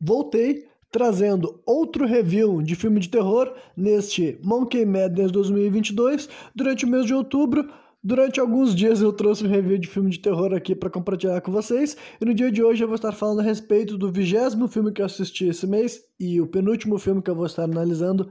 voltei trazendo outro review de filme de terror neste Monkey Madness 2022 durante o mês de outubro. Durante alguns dias eu trouxe um review de filme de terror aqui para compartilhar com vocês, e no dia de hoje eu vou estar falando a respeito do 20º filme que eu assisti esse mês e o penúltimo filme que eu vou estar analisando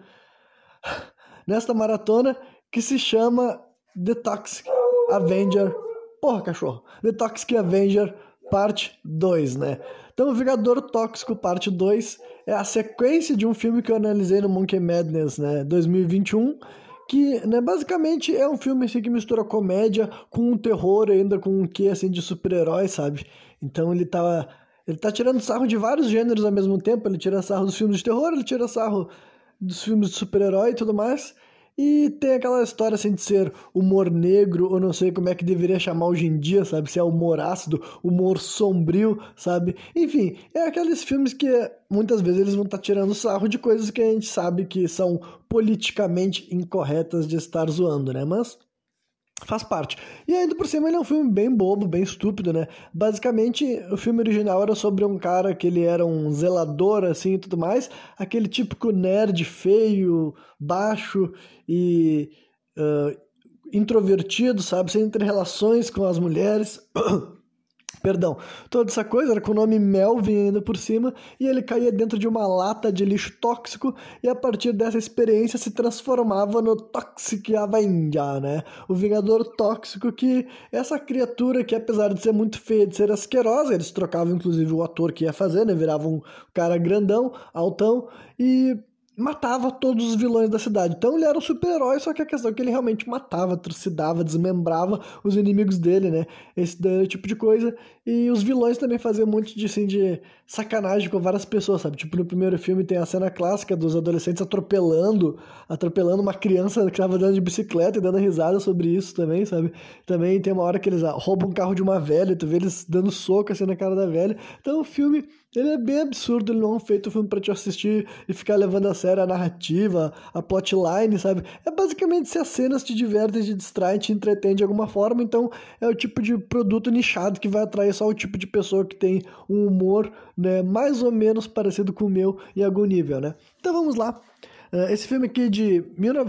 nesta maratona, que se chama The Toxic Avenger. Porra, cachorro! The Toxic Avenger Parte 2, né? Então, o Vingador Tóxico Parte 2 é a sequência de um filme que eu analisei no Monkey Madness, né, 2021, que, né, basicamente é um filme assim, que mistura comédia com um terror, ainda com um quê assim, de super-herói, sabe? Então ele tá tirando sarro de vários gêneros ao mesmo tempo. Ele tira sarro dos filmes de terror, ele tira sarro dos filmes de super-herói e tudo mais. E tem aquela história assim de ser humor negro, ou não sei como é que deveria chamar hoje em dia, sabe? Se é humor ácido, humor sombrio, sabe? Enfim, é aqueles filmes que muitas vezes eles vão estar tirando sarro de coisas que a gente sabe que são politicamente incorretas de estar zoando, né? Mas faz parte. E ainda por cima ele é um filme bem bobo, bem estúpido, né? Basicamente, o filme original era sobre um cara que ele era um zelador, assim, e tudo mais. Aquele típico nerd feio, baixo e introvertido, sabe? Sem ter relações com as mulheres. Perdão, toda essa coisa era com o nome Melvin ainda por cima, e ele caía dentro de uma lata de lixo tóxico, e a partir dessa experiência se transformava no Toxic Avenger, né? O Vingador Tóxico, que essa criatura que, apesar de ser muito feia, de ser asquerosa, eles trocavam inclusive o ator que ia fazer, né? Virava um cara grandão, altão, e matava todos os vilões da cidade. Então ele era um super-herói, só que a questão é que ele realmente matava, trucidava, desmembrava os inimigos dele, né? Esse tipo de coisa. E os vilões também faziam um monte de, assim, de sacanagem com várias pessoas, sabe? Tipo, no primeiro filme tem a cena clássica dos adolescentes atropelando uma criança que estava andando de bicicleta e dando risada sobre isso também, sabe? Também tem uma hora que eles roubam um carro de uma velha, tu vê eles dando soco assim na cara da velha. Então o filme, ele é bem absurdo, ele não é feito um filme pra te assistir e ficar levando a sério a narrativa, a plotline, sabe? É basicamente se as cenas te divertem, te distraem, te entretêm de alguma forma. Então é o tipo de produto nichado que vai atrair só o tipo de pessoa que tem um humor, né, mais ou menos parecido com o meu em algum nível, né? Então vamos lá. Esse filme aqui de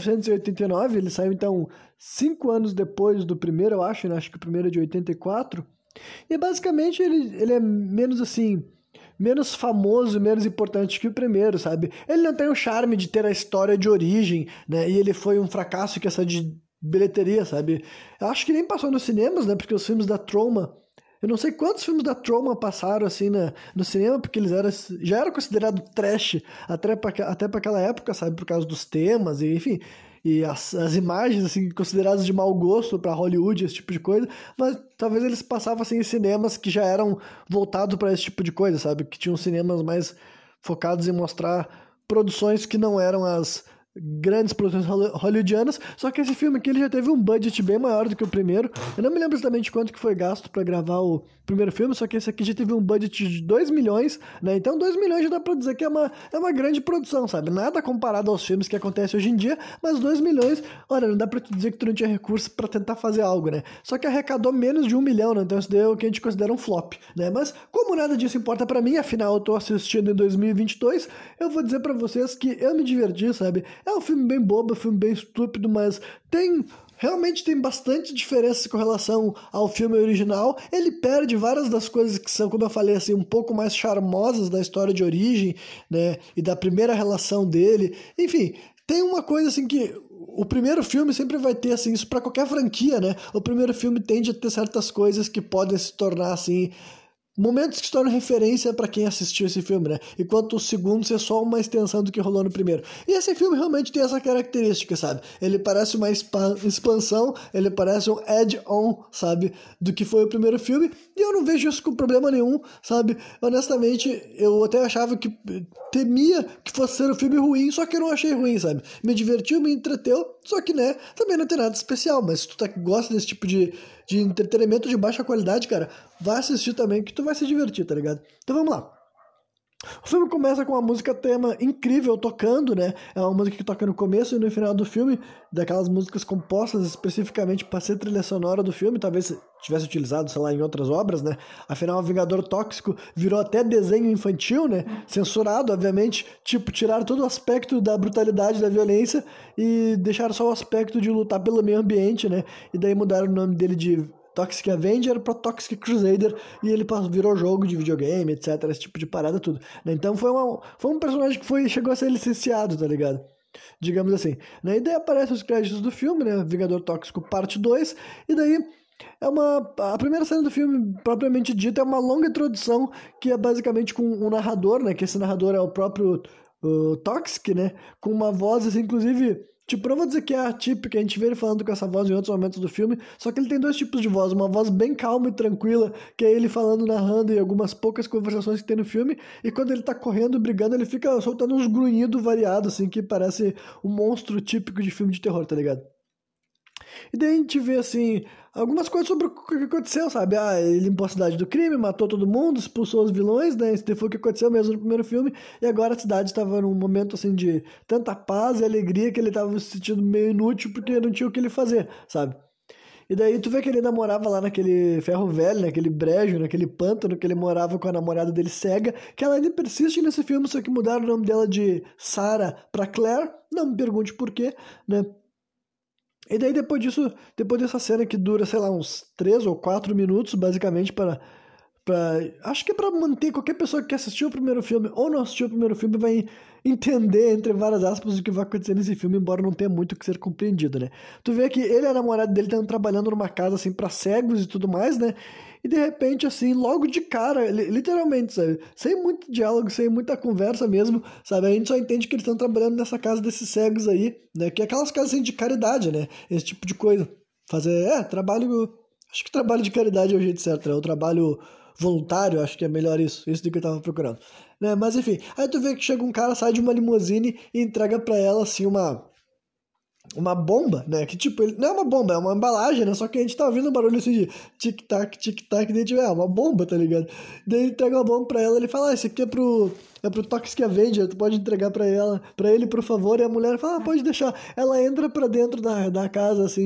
1989, ele saiu então 5 anos depois do primeiro, eu acho, né? Acho que o primeiro é de 84. E basicamente ele é menos assim, menos famoso, menos importante que o primeiro, sabe? Ele não tem o charme de ter a história de origem, né? E ele foi um fracasso que essa de bilheteria, sabe? Eu acho que nem passou nos cinemas, né? Porque os filmes da Troma, eu não sei quantos filmes da Troma passaram assim no cinema, porque eles já eram considerados trash até para aquela época, sabe? Por causa dos temas e enfim. E as imagens, assim, consideradas de mau gosto para Hollywood, esse tipo de coisa, mas talvez eles passavam, assim, em cinemas que já eram voltados para esse tipo de coisa, sabe? Que tinham cinemas mais focados em mostrar produções que não eram as grandes produções hollywoodianas, só que esse filme aqui ele já teve um budget bem maior do que o primeiro. Eu não me lembro exatamente quanto que foi gasto para gravar o primeiro filme, só que esse aqui já teve um budget de 2 milhões, né? Então 2 milhões já dá pra dizer que é uma grande produção, sabe? Nada comparado aos filmes que acontecem hoje em dia, mas 2 milhões, olha, não dá pra te dizer que tu não tinha recurso pra tentar fazer algo, né? Só que arrecadou menos de 1 milhão, né? Então isso daí é o que a gente considera um flop, né? Mas como nada disso importa pra mim, afinal eu tô assistindo em 2022, eu vou dizer pra vocês que eu me diverti, sabe? É um filme bem bobo, um filme bem estúpido, mas realmente tem bastante diferença com relação ao filme original. Ele perde várias das coisas que são, como eu falei, assim, um pouco mais charmosas da história de origem, né? E da primeira relação dele. Enfim, tem uma coisa assim que o primeiro filme sempre vai ter, assim, isso para qualquer franquia, né? O primeiro filme tende a ter certas coisas que podem se tornar, assim, momentos que se tornam referência para quem assistiu esse filme, né? Enquanto o segundo é só uma extensão do que rolou no primeiro. E esse filme realmente tem essa característica, sabe? Ele parece uma expansão, ele parece um add-on, sabe? Do que foi o primeiro filme. E eu não vejo isso com problema nenhum, sabe? Honestamente, eu até achava que temia que fosse ser um filme ruim, só que eu não achei ruim, sabe? Me divertiu, me entreteu, só que, né, também não tem nada especial. Mas se tu gosta desse tipo de entretenimento de baixa qualidade, cara, vai assistir também que tu vai se divertir, tá ligado? Então vamos lá. O filme começa com uma música tema incrível tocando, né? É uma música que toca no começo e no final do filme, daquelas músicas compostas especificamente para ser trilha sonora do filme, talvez tivesse utilizado, sei lá, em outras obras, né? Afinal, o Vingador Tóxico virou até desenho infantil, né? Censurado, obviamente, tipo, tiraram todo o aspecto da brutalidade, da violência e deixaram só o aspecto de lutar pelo meio ambiente, né? E daí mudaram o nome dele de Toxic Avenger para Toxic Crusader e ele virou jogo de videogame, etc, esse tipo de parada tudo, né? Então foi um personagem que chegou a ser licenciado, tá ligado? Digamos assim, né? E daí aparecem os créditos do filme, né? Vingador Tóxico parte 2 e daí a primeira cena do filme, propriamente dita, é uma longa introdução que é basicamente com um narrador, né? Que esse narrador é o próprio Toxic, né? Com uma voz, assim, inclusive, tipo, não vou dizer que é atípica, a gente vê ele falando com essa voz em outros momentos do filme, só que ele tem dois tipos de voz, uma voz bem calma e tranquila, que é ele falando, narrando e algumas poucas conversações que tem no filme, e quando ele tá correndo, brigando, ele fica soltando uns grunhidos variados, assim, que parece um monstro típico de filme de terror, tá ligado? E daí a gente vê, assim, algumas coisas sobre o que aconteceu, sabe? Ah, ele limpou a cidade do crime, matou todo mundo, expulsou os vilões, né? Isso foi o que aconteceu mesmo no primeiro filme. E agora a cidade estava num momento, assim, de tanta paz e alegria que ele estava se sentindo meio inútil porque não tinha o que ele fazer, sabe? E daí tu vê que ele ainda morava lá naquele ferro velho, naquele brejo, naquele pântano que ele morava com a namorada dele cega, que ela ainda persiste nesse filme, só que mudaram o nome dela de Sarah pra Claire. Não me pergunte por quê, né? E daí depois disso, depois dessa cena que dura, sei lá, uns 3 ou 4 minutos, basicamente, acho que é pra manter qualquer pessoa que assistiu o primeiro filme ou não assistiu o primeiro filme vai entender, entre várias aspas, o que vai acontecer nesse filme, embora não tenha muito o que ser compreendido, né? Tu vê que ele e a namorada dele estão trabalhando numa casa, assim, pra cegos e tudo mais, né? E de repente, assim, logo de cara, literalmente, sabe? Sem muito diálogo, sem muita conversa mesmo, sabe? A gente só entende que eles estão trabalhando nessa casa desses cegos aí, né? Que é aquelas casas, assim, de caridade, né? Esse tipo de coisa. Trabalho... Acho que trabalho de caridade é o jeito certo, né? O trabalho voluntário, acho que é melhor isso do que eu tava procurando, né? Mas enfim, aí tu vê que chega um cara, sai de uma limusine e entrega pra ela, assim, uma bomba, né? Que tipo, não é uma bomba, é uma embalagem, né? Só que a gente tá ouvindo um barulho assim de tic-tac, daí a gente vê, uma bomba, tá ligado? Daí ele entrega uma bomba pra ela, ele fala, isso aqui é pro Toxic Avenger, tu pode entregar pra ele, por favor, e a mulher fala, pode deixar. Ela entra pra dentro da casa, assim,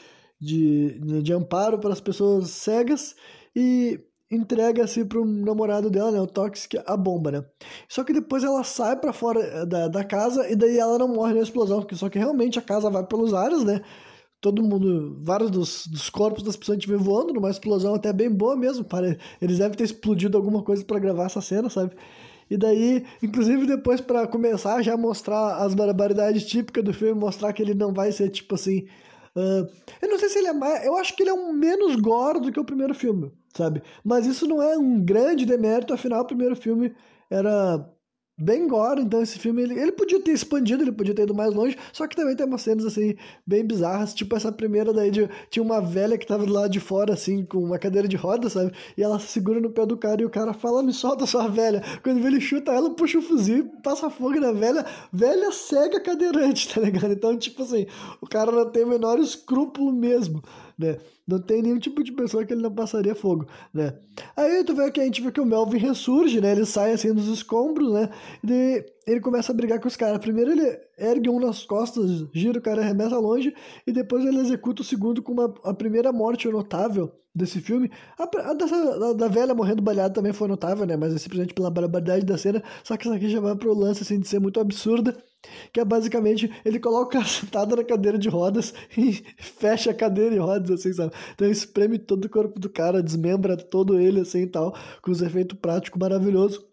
de amparo para as pessoas cegas e entrega-se pro namorado dela, né, o Toxic, a bomba, né? Só que depois ela sai pra fora da casa e daí ela não morre na explosão, porque só que realmente a casa vai pelos ares, né? Todo mundo, vários dos corpos das pessoas a gente vê voando numa explosão até bem boa mesmo, eles devem ter explodido alguma coisa pra gravar essa cena, sabe? E daí, inclusive depois pra começar já mostrar as barbaridades típicas do filme, mostrar que ele não vai ser tipo assim, eu não sei se ele é mais. Eu acho que ele é um menos gore do que o primeiro filme, sabe? Mas isso não é um grande demérito, afinal, o primeiro filme era bem gore, então esse filme ele podia ter expandido, ele podia ter ido mais longe, só que também tem umas cenas assim, bem bizarras, tipo essa primeira daí tinha uma velha que tava do lado de fora, assim, com uma cadeira de roda, sabe? E ela se segura no pé do cara e o cara fala, me solta sua velha. Quando ele chuta ela, puxa o fuzil, passa fogo na velha, velha cega cadeirante, tá ligado? Então, tipo assim, o cara não tem o menor escrúpulo mesmo, né? Não tem nenhum tipo de pessoa que ele não passaria fogo, né? Aí tu vê que a gente vê que o Melvin ressurge, né? Ele sai assim dos escombros, né? E daí ele começa a brigar com os caras. Primeiro ele ergue um nas costas, gira o cara, arremessa longe, e depois ele executa o segundo com a primeira morte notável desse filme. Da velha morrendo baleada também foi notável, né? Mas é simplesmente pela barbaridade da cena. Só que isso aqui já vai pro lance assim, de ser muito absurda. Que é basicamente, ele coloca o cara sentado na cadeira de rodas e fecha a cadeira de rodas, assim, sabe? Então ele espreme todo o corpo do cara, desmembra todo ele, assim, e tal, com os efeitos práticos maravilhosos.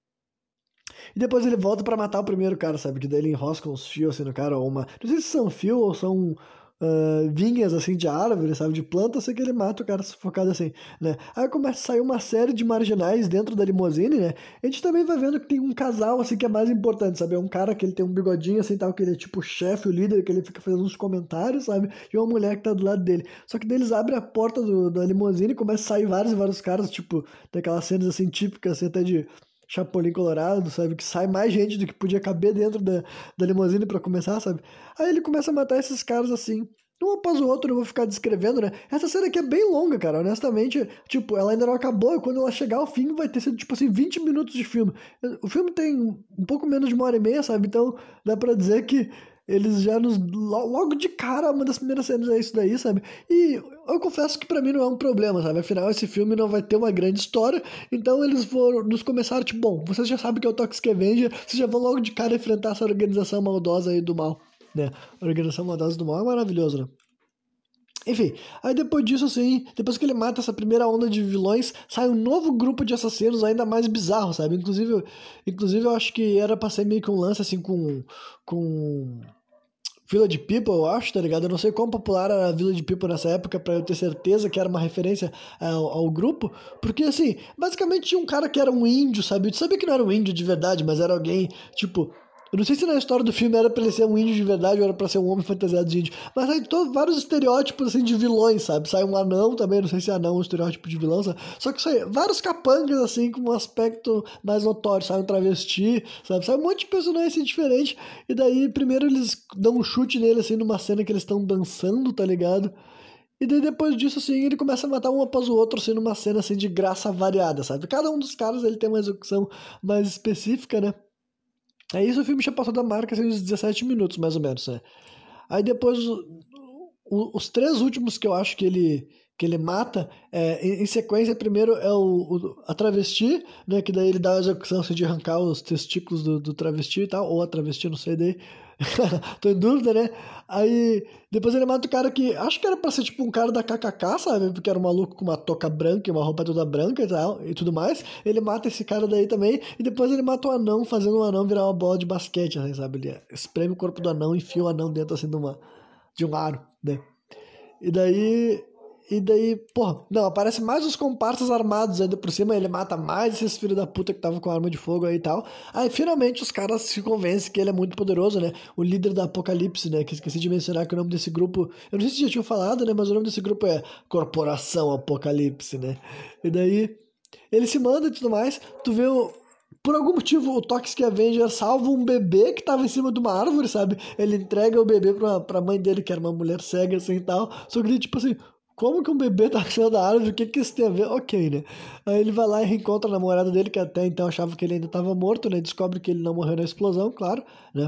E depois ele volta pra matar o primeiro cara, sabe? Que daí ele enrosca uns fios, assim, no cara, ou uma... Não sei se são fios ou são vinhas, assim, de árvore, sabe? De planta, eu sei que ele mata o cara sufocado, assim, né? Aí começa a sair uma série de marginais dentro da limusine, né? A gente também vai vendo que tem um casal, assim, que é mais importante, sabe? É um cara que ele tem um bigodinho, assim, tal, que ele é tipo o chefe, o líder, que ele fica fazendo uns comentários, sabe? E uma mulher que tá do lado dele. Só que daí eles abrem a porta da limusine e começa a sair vários e vários caras, tipo, daquelas cenas, assim, típicas, assim, até de Chapolin Colorado, sabe? Que sai mais gente do que podia caber dentro da limusine pra começar, sabe? Aí ele começa a matar esses caras assim, um após o outro, eu vou ficar descrevendo, né? Essa cena aqui é bem longa, cara, honestamente, tipo, ela ainda não acabou, e quando ela chegar ao fim vai ter sido, tipo assim, 20 minutos de filme. O filme tem um pouco menos de 1h30, sabe? Então, dá pra dizer que eles já logo de cara, uma das primeiras cenas é isso daí, sabe? E eu confesso que pra mim não é um problema, sabe? Afinal, esse filme não vai ter uma grande história, então eles foram nos começaram, tipo, bom, vocês já sabem que é o Toxic Avenger, vocês já vão logo de cara enfrentar essa organização maldosa aí do mal, né? A organização maldosa do mal é maravilhoso, né? Enfim, aí depois disso, assim, depois que ele mata essa primeira onda de vilões, sai um novo grupo de assassinos ainda mais bizarro, sabe? Inclusive eu acho que era pra ser meio que um lance, assim, com Village People, eu acho, tá ligado? Eu não sei quão popular era a Village People nessa época pra eu ter certeza que era uma referência ao grupo, porque, assim, basicamente tinha um cara que era um índio, sabe? Tu sabia que não era um índio de verdade, mas era alguém, tipo... Eu não sei se na história do filme era pra ele ser um índio de verdade ou era pra ser um homem fantasiado de índio, mas aí vários estereótipos, assim, de vilões, sabe? Sai um anão também, não sei se anão é um estereótipo de vilão, sabe? Só que sai vários capangas, assim, com um aspecto mais notório, sai um travesti, sabe? Sai um monte de personagem, assim, diferente, e daí primeiro eles dão um chute nele, assim, numa cena que eles estão dançando, tá ligado? E daí depois disso, assim, ele começa a matar um após o outro, assim, numa cena, assim, de graça variada, sabe? Cada um dos caras, ele tem uma execução mais específica, né? Aí isso o filme já passou da marca, assim, uns 17 minutos, mais ou menos, né? Aí depois, os três últimos que eu acho que ele mata, em sequência, primeiro é a travesti, né? Que daí ele dá a execução assim, de arrancar os testículos do travesti e tal, ou a travesti, não sei daí. Tô em dúvida, né? Aí depois ele mata o cara que acho que era pra ser tipo um cara da KKK, sabe? Porque era um maluco com uma touca branca e uma roupa toda branca e tal, e tudo mais. Ele mata esse cara daí também, e depois ele mata o anão, fazendo o anão virar uma bola de basquete, assim, sabe? Ele espreme o corpo do anão e enfia o anão dentro assim de um aro, né? E daí. E daí, porra, não, aparece mais os comparsas armados ainda por cima, ele mata mais esses filhos da puta que estavam com arma de fogo aí e tal. Aí finalmente os caras se convencem que ele é muito poderoso, né? O líder da Apocalipse, né? Que esqueci de mencionar que o nome desse grupo. Eu não sei se já tinha falado, né? Mas o nome desse grupo é Corporação Apocalipse, né? E daí. Ele se manda e tudo mais. Tu vê o. Por algum motivo, o Toxic Avenger salva um bebê que tava em cima de uma árvore, sabe? Ele entrega o bebê pra mãe dele, que era uma mulher cega, assim, e tal. Só que, tipo assim, como que um bebê tá em cima da árvore? O que que isso tem a ver? Ok, né? Aí ele vai lá e reencontra a namorada dele, que até então achava que ele ainda tava morto, né? Descobre que ele não morreu na explosão, claro, né?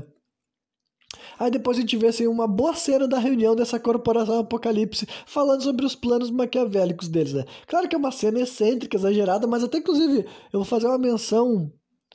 Aí depois a gente vê assim, uma boa cena da reunião dessa corporação Apocalipse, falando sobre os planos maquiavélicos deles, né? Claro que é uma cena excêntrica, exagerada, mas até inclusive eu vou fazer uma menção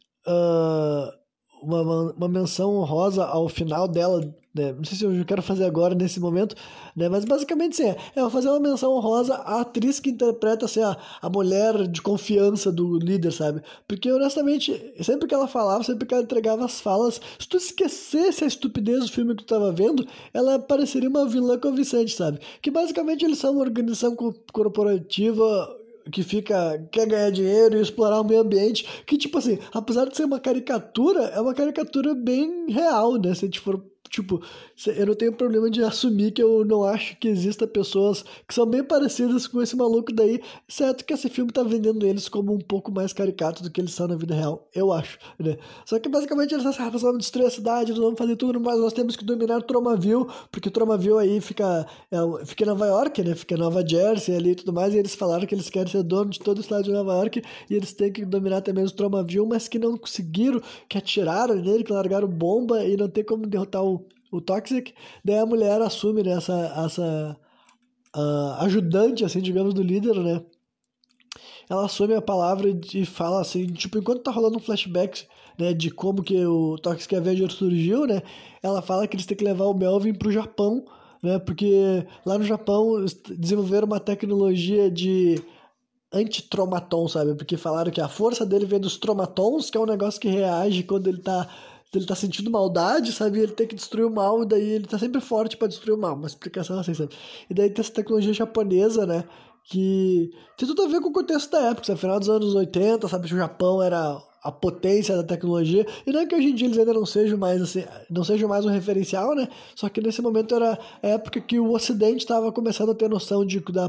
ah, uma menção honrosa ao final dela, né? Não sei se eu quero fazer agora nesse momento, né? Mas basicamente sim, eu vou fazer uma menção honrosa à atriz que interpreta assim, a mulher de confiança do líder, sabe? Porque honestamente, sempre que ela falava, sempre que ela entregava as falas, se tu esquecesse a estupidez do filme que tu tava vendo, ela pareceria uma vilã convincente, sabe? Que basicamente eles são uma organização corporativa que quer ganhar dinheiro e explorar o meio ambiente, que, tipo assim, apesar de ser uma caricatura, é uma caricatura bem real, né? Se a gente for, tipo, eu não tenho problema de assumir que eu não acho que exista pessoas que são bem parecidas com esse maluco daí, certo que esse filme tá vendendo eles como um pouco mais caricatos do que eles são na vida real, eu acho, né? Só que basicamente eles assim, nós vamos destruir a cidade, nós vamos fazer tudo, mas nós temos que dominar Tromaville, porque Tromaville aí fica em Nova York, né? Fica em Nova Jersey ali e tudo mais, e eles falaram que eles querem ser dono de todo o estado de Nova York, e eles têm que dominar também os Tromaville, mas que não conseguiram, que atiraram nele, que largaram bomba, e não tem como derrotar o Toxic. Daí a mulher assume, né, essa ajudante, assim, digamos, do líder, né? Ela assume a palavra e fala assim, tipo, enquanto tá rolando um flashback, né, de como que o Toxic Avenger surgiu, né? Ela fala que eles têm que levar o Melvin pro Japão, né? Porque lá no Japão desenvolveram uma tecnologia de antitromaton, sabe? Porque falaram que a força dele vem dos tromatons, que é um negócio que reage quando ele tá sentindo maldade, sabe? E ele tem que destruir o mal, e daí ele tá sempre forte pra destruir o mal. Uma explicação assim, sabe? E daí tem essa tecnologia japonesa, né? Que tem tudo a ver com o contexto da época, sabe? Final dos anos 80, sabe? Que o Japão era a potência da tecnologia, e não é que hoje em dia eles ainda não sejam mais assim, não sejam mais um referencial, né? Só que nesse momento era a época que o Ocidente estava começando a ter noção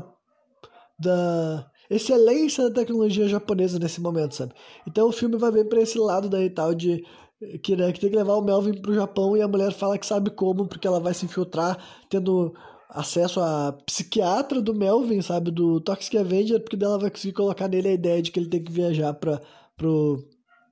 da excelência da tecnologia japonesa nesse momento, sabe? Então o filme vai bem pra esse lado daí tal de né, que tem que levar o Melvin pro Japão e a mulher fala que sabe como, porque ela vai se infiltrar tendo acesso à psiquiatra do Melvin, sabe? Do Toxic Avenger, porque dela vai conseguir colocar nele a ideia de que ele tem que viajar pro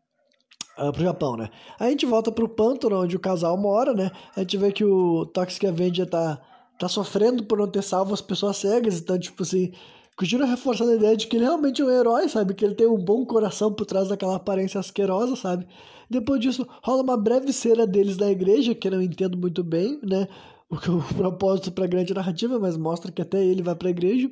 Japão, né? Aí a gente volta pro pântano, onde o casal mora, né? A gente vê que o Toxic Avenger tá sofrendo por não ter salvo as pessoas cegas, então, tipo assim, continua reforçando a ideia de que ele realmente é um herói, sabe? Que ele tem um bom coração por trás daquela aparência asquerosa, sabe? Depois disso, rola uma breve cena deles na igreja, que eu não entendo muito bem, né? O propósito pra grande narrativa, mas mostra que até ele vai pra igreja.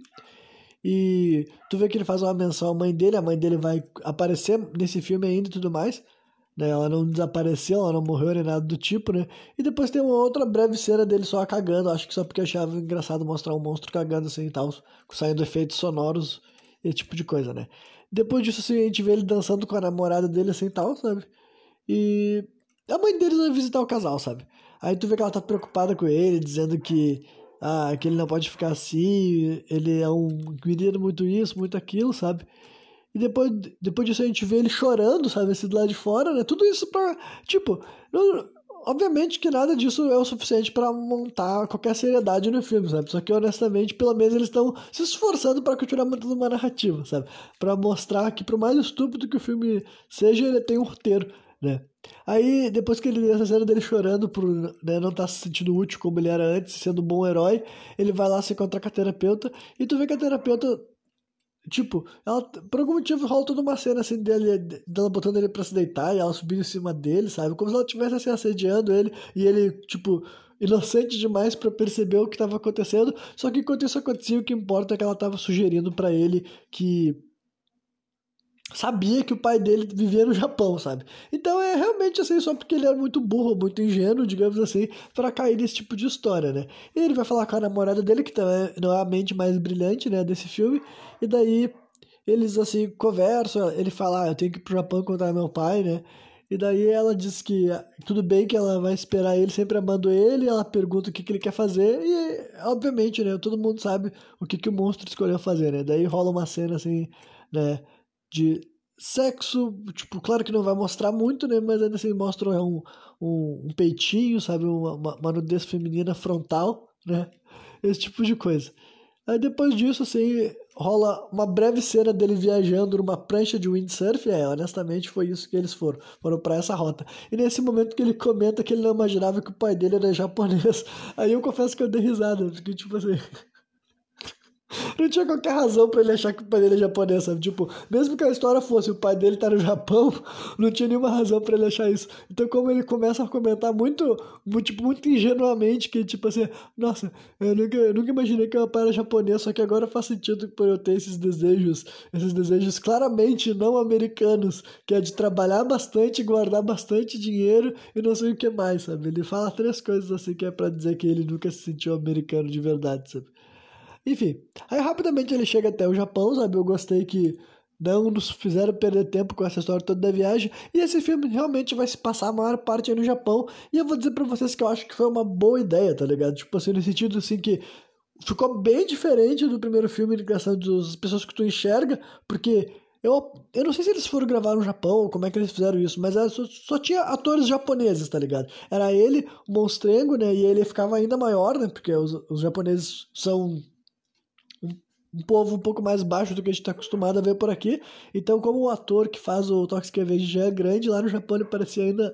E tu vê que ele faz uma menção à mãe dele, a mãe dele vai aparecer nesse filme ainda e tudo mais, né? Ela não desapareceu, ela não morreu nem nada do tipo, né? E depois tem uma outra breve cena dele só cagando, acho que só porque eu achava engraçado mostrar um monstro cagando assim e tal, saindo efeitos sonoros, esse tipo de coisa, né? Depois disso, assim, a gente vê ele dançando com a namorada dele assim e tal, sabe? E a mãe deles vai visitar o casal, sabe? Aí tu vê que ela tá preocupada com ele, dizendo que ele não pode ficar assim, ele é um menino muito isso, muito aquilo, sabe? E depois disso a gente vê ele chorando, sabe? Esse do lado de fora, né? Tudo isso pra. Tipo, obviamente que nada disso é o suficiente pra montar qualquer seriedade no filme, sabe? Só que honestamente, pelo menos eles estão se esforçando pra continuar mantendo uma narrativa, sabe? Pra mostrar que, por mais estúpido que o filme seja, ele tem um roteiro, né? Aí, depois que ele vê essa cena dele chorando por, né, não estar se sentindo útil como ele era antes, sendo um bom herói, ele vai lá se encontrar com a terapeuta, e tu vê que a terapeuta. Tipo, ela, por algum motivo rola toda uma cena assim dela botando ele pra se deitar e ela subindo em cima dele, sabe? Como se ela estivesse assim assediando ele e ele, tipo, inocente demais pra perceber o que tava acontecendo. Só que enquanto isso acontecia, o que importa é que ela tava sugerindo pra ele que sabia que o pai dele vivia no Japão, sabe? Então é realmente assim, só porque ele era muito burro, muito ingênuo, digamos assim, pra cair nesse tipo de história, né? E ele vai falar com a namorada dele, que também não é a mente mais brilhante, né, desse filme, e daí eles assim conversam, ele fala, eu tenho que ir pro Japão encontrar meu pai, né? E daí ela diz que tudo bem, que ela vai esperar ele, sempre amando ele, ela pergunta o que ele quer fazer, e obviamente, né, todo mundo sabe o que o monstro escolheu fazer, né? Daí rola uma cena assim, né, de sexo, tipo, claro que não vai mostrar muito, né, mas ainda assim mostra um peitinho, sabe, uma nudez feminina frontal, né, esse tipo de coisa. Aí depois disso, assim, rola uma breve cena dele viajando numa prancha de windsurf. Honestamente, foi isso que eles foram pra essa rota. E nesse momento que ele comenta que ele não imaginava que o pai dele era japonês, aí eu confesso que eu dei risada, porque, tipo assim, não tinha qualquer razão pra ele achar que o pai dele é japonês, sabe? Tipo, mesmo que a história fosse o pai dele tá no Japão, não tinha nenhuma razão pra ele achar isso. Então, como ele começa a comentar muito ingenuamente que, tipo assim, nossa, eu nunca imaginei que meu pai era japonês, só que agora faz sentido por eu ter esses desejos claramente não americanos, que é de trabalhar bastante, guardar bastante dinheiro e não sei o que mais, sabe? Ele fala três coisas assim que é pra dizer que ele nunca se sentiu americano de verdade, sabe? Enfim, aí rapidamente ele chega até o Japão, sabe? Eu gostei que não nos fizeram perder tempo com essa história toda da viagem. E esse filme realmente vai se passar a maior parte aí no Japão. E eu vou dizer pra vocês que eu acho que foi uma boa ideia, tá ligado? Tipo assim, no sentido assim que ficou bem diferente do primeiro filme em questão das pessoas que tu enxerga, porque eu não sei se eles foram gravar no Japão ou como é que eles fizeram isso, mas só tinha atores japoneses, tá ligado? Era ele, o monstrengo, né? E ele ficava ainda maior, né? Porque os japoneses são um povo um pouco mais baixo do que a gente está acostumado a ver por aqui. Então, como o ator que faz o Toxic Avenger já é grande, lá no Japão ele parecia ainda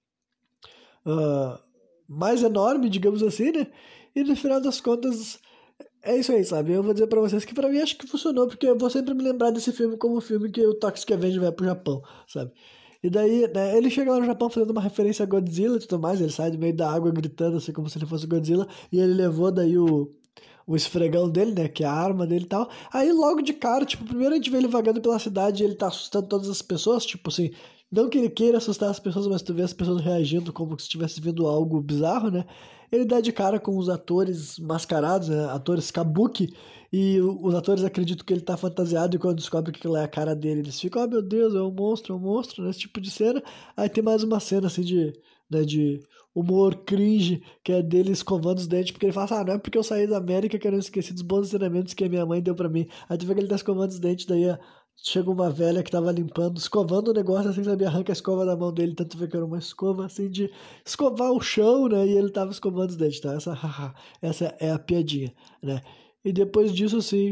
ah, mais enorme, digamos assim, né? E no final das contas, é isso aí, sabe? Eu vou dizer pra vocês que pra mim acho que funcionou, porque eu vou sempre me lembrar desse filme como o filme que o Toxic Avenger vai pro Japão, sabe? E daí, né, ele chega lá no Japão fazendo uma referência a Godzilla e tudo mais, ele sai do meio da água gritando assim como se ele fosse Godzilla, e ele levou daí o esfregão dele, né? Que é a arma dele e tal. Aí logo de cara, tipo, primeiro a gente vê ele vagando pela cidade e ele tá assustando todas as pessoas, tipo assim, não que ele queira assustar as pessoas, mas tu vê as pessoas reagindo como se estivesse vendo algo bizarro, né? Ele dá de cara com os atores mascarados, né? Atores kabuki, e os atores acreditam que ele tá fantasiado e quando descobrem que aquilo é a cara dele, eles ficam, oh meu Deus, é um monstro, né? Esse tipo de cena. Aí tem mais uma cena assim de humor cringe, que é dele escovando os dentes, porque ele fala assim, não é porque eu saí da América que eu não esqueci dos bons ensinamentos que a minha mãe deu pra mim. Aí tu vê que ele tá escovando os dentes, daí chega uma velha que tava limpando, escovando o negócio, assim, sabe? Arranca a escova da mão dele, tanto vê que era uma escova, assim, de escovar o chão, né? E ele tava escovando os dentes, tá? Essa é a piadinha, né? E depois disso, assim,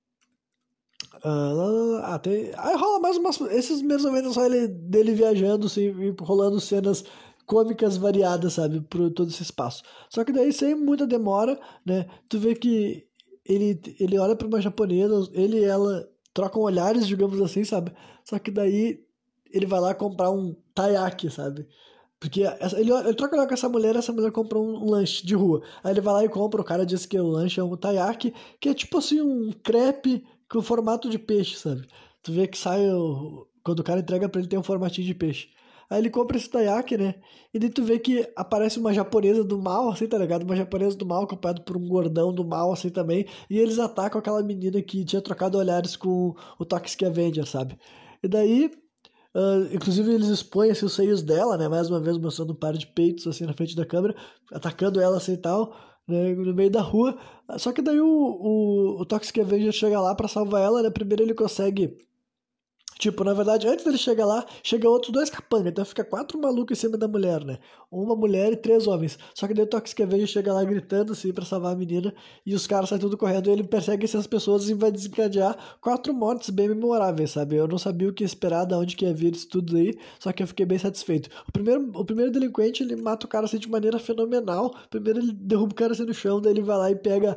aí rola mais umas. Esses mesmos momentos só dele viajando, assim, e rolando cenas cômicas variadas, sabe, por todo esse espaço. Só que daí, sem muita demora, né, tu vê que ele olha pra uma japonesa, ele e ela trocam olhares, digamos assim, sabe? Só que daí ele vai lá comprar um taiyaki, sabe? Porque ele troca olhar com essa mulher compra um lanche de rua. Aí ele vai lá e compra, o cara diz que o lanche é um taiyaki, que é tipo assim um crepe com formato de peixe, sabe? Tu vê que quando o cara entrega pra ele tem um formatinho de peixe. Aí ele compra esse taiyaki, né? E daí tu vê que aparece uma japonesa do mal, assim, tá ligado? Uma japonesa do mal, acompanhada por um gordão do mal, assim, também. E eles atacam aquela menina que tinha trocado olhares com o Toxic Avenger, sabe? E daí inclusive eles expõem assim, os seios dela, né? Mais uma vez mostrando um par de peitos assim na frente da câmera, atacando ela assim e tal, né? No meio da rua. Só que daí o Toxic Avenger chega lá pra salvar ela, né? Primeiro ele consegue. Tipo, na verdade, antes dele chegar lá, chega outros dois capangas, então fica quatro malucos em cima da mulher, né? Uma mulher e três homens. Só que daí o Toxic Avenger chega lá gritando assim pra salvar a menina, e os caras saem tudo correndo, e ele persegue essas pessoas e vai desencadear quatro mortes bem memoráveis, sabe? Eu não sabia o que esperar, de onde que ia vir isso tudo aí, só que eu fiquei bem satisfeito. O primeiro delinquente, ele mata o cara assim de maneira fenomenal. Primeiro ele derruba o cara assim no chão, daí ele vai lá e pega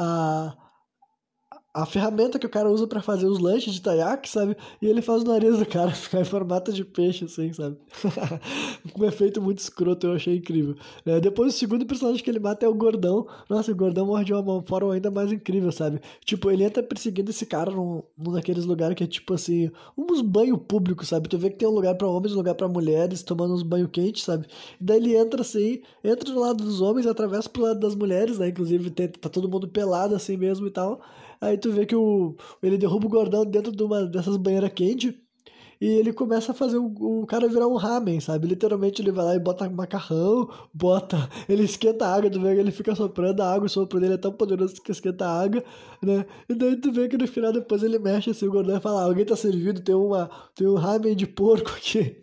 a ferramenta que o cara usa pra fazer os lanches de taiyaki, sabe? E ele faz o nariz do cara ficar em formato de peixe, assim, sabe? Um efeito muito escroto, eu achei incrível. Depois, o segundo personagem que ele mata é o Gordão. Nossa, o Gordão morre de uma forma ainda mais incrível, sabe? Tipo, ele entra perseguindo esse cara num daqueles lugares que é tipo assim, uns banhos públicos, sabe? Tu vê que tem um lugar pra homens, um lugar pra mulheres, tomando uns banhos quentes, sabe? E daí ele entra assim, entra do lado dos homens, atravessa pro lado das mulheres, né? Inclusive tá todo mundo pelado assim mesmo e tal. Aí tu vê que ele derruba o gordão dentro de uma dessas banheiras quentes e ele começa a fazer o cara virar um ramen, sabe? Literalmente ele vai lá e bota macarrão, ele esquenta a água, tu vê que ele fica soprando a água, o sopro dele é tão poderoso que esquenta a água, né? E daí tu vê que no final depois ele mexe assim, o gordão e fala, alguém tá servindo, tem um ramen de porco aqui.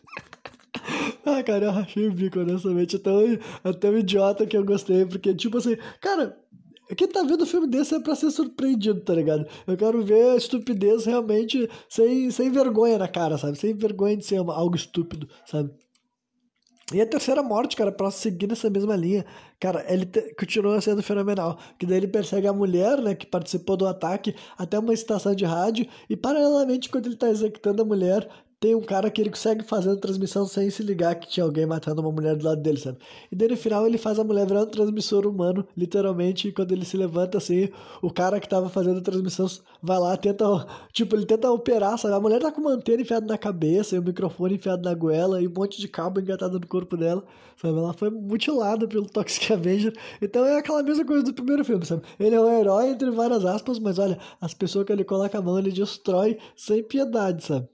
Ah, cara, eu rachei o bico, honestamente. É tão idiota que eu gostei, porque, tipo assim, cara, quem tá vendo um filme desse é pra ser surpreendido, tá ligado? Eu quero ver a estupidez realmente sem vergonha na cara, sabe? Sem vergonha de ser algo estúpido, sabe? E a terceira morte, cara, pra seguir nessa mesma linha, cara, continua sendo fenomenal. Que daí ele persegue a mulher, né, que participou do ataque até uma estação de rádio, e paralelamente, quando ele tá executando a mulher, tem um cara que ele consegue fazer a transmissão sem se ligar que tinha alguém matando uma mulher do lado dele, sabe? E daí no final ele faz a mulher virar um transmissor humano, literalmente, e quando ele se levanta assim, o cara que tava fazendo a transmissão vai lá, tipo, ele tenta operar, sabe? A mulher tá com uma antena enfiada na cabeça, e o microfone enfiado na goela, e um monte de cabo engatado no corpo dela, sabe? Ela foi mutilada pelo Toxic Avenger. Então é aquela mesma coisa do primeiro filme, sabe? Ele é um herói, entre várias aspas, mas olha, as pessoas que ele coloca a mão, ele destrói sem piedade, sabe?